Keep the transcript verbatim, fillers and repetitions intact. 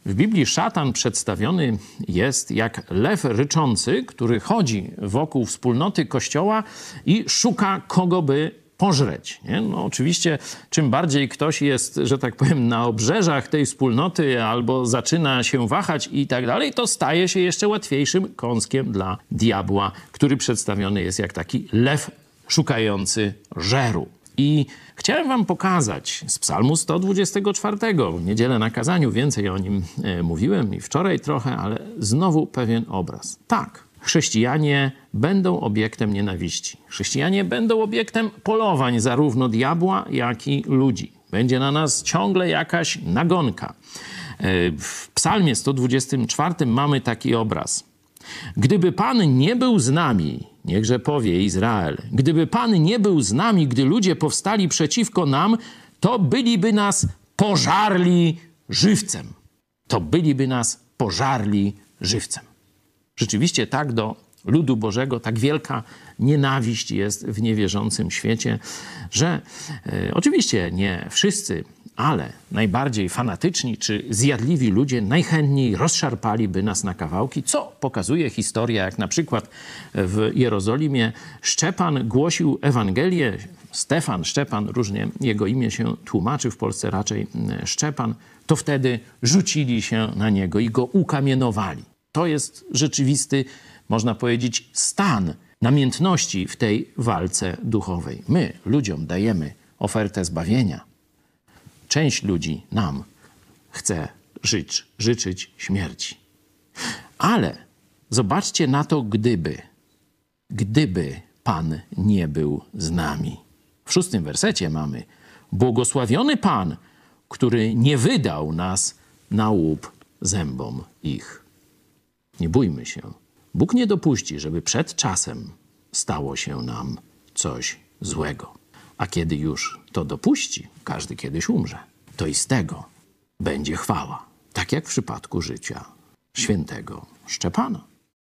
W Biblii szatan przedstawiony jest jak lew ryczący, który chodzi wokół wspólnoty Kościoła i szuka kogo by pożreć. Nie? No oczywiście czym bardziej ktoś jest, że tak powiem, na obrzeżach tej wspólnoty albo zaczyna się wahać i tak dalej, to staje się jeszcze łatwiejszym kąskiem dla diabła, który przedstawiony jest jak taki lew szukający żeru. I chciałem wam pokazać z Psalmu sto dwudziestego czwartego, w niedzielę na kazaniu więcej o nim e, mówiłem i wczoraj trochę, ale znowu pewien obraz. Tak, chrześcijanie będą obiektem nienawiści. Chrześcijanie będą obiektem polowań zarówno diabła, jak i ludzi. Będzie na nas ciągle jakaś nagonka. E, w Psalmie sto dwudziestym czwartym mamy taki obraz. Gdyby Pan nie był z nami, niechże powie Izrael, gdyby Pan nie był z nami, gdy ludzie powstali przeciwko nam, to byliby nas pożarli żywcem. To byliby nas pożarli żywcem. Rzeczywiście tak do ludu Bożego, tak wielka nienawiść jest w niewierzącym świecie, że e, oczywiście nie wszyscy, ale najbardziej fanatyczni czy zjadliwi ludzie najchętniej rozszarpaliby nas na kawałki, co pokazuje historia, jak na przykład w Jerozolimie Szczepan głosił Ewangelię. Stefan, Szczepan, różnie jego imię się tłumaczy, w Polsce raczej Szczepan, to wtedy rzucili się na niego i go ukamienowali. To jest rzeczywisty, można powiedzieć, stan namiętności w tej walce duchowej. My ludziom dajemy ofertę zbawienia. Część ludzi nam chce żyć, życzyć śmierci. Ale zobaczcie na to, gdyby, gdyby Pan nie był z nami. W szóstym wersecie mamy: błogosławiony Pan, który nie wydał nas na łup zębom ich. Nie bójmy się. Bóg nie dopuści, żeby przed czasem stało się nam coś złego. A kiedy już to dopuści, każdy kiedyś umrze, to i z tego będzie chwała. Tak jak w przypadku życia świętego Szczepana.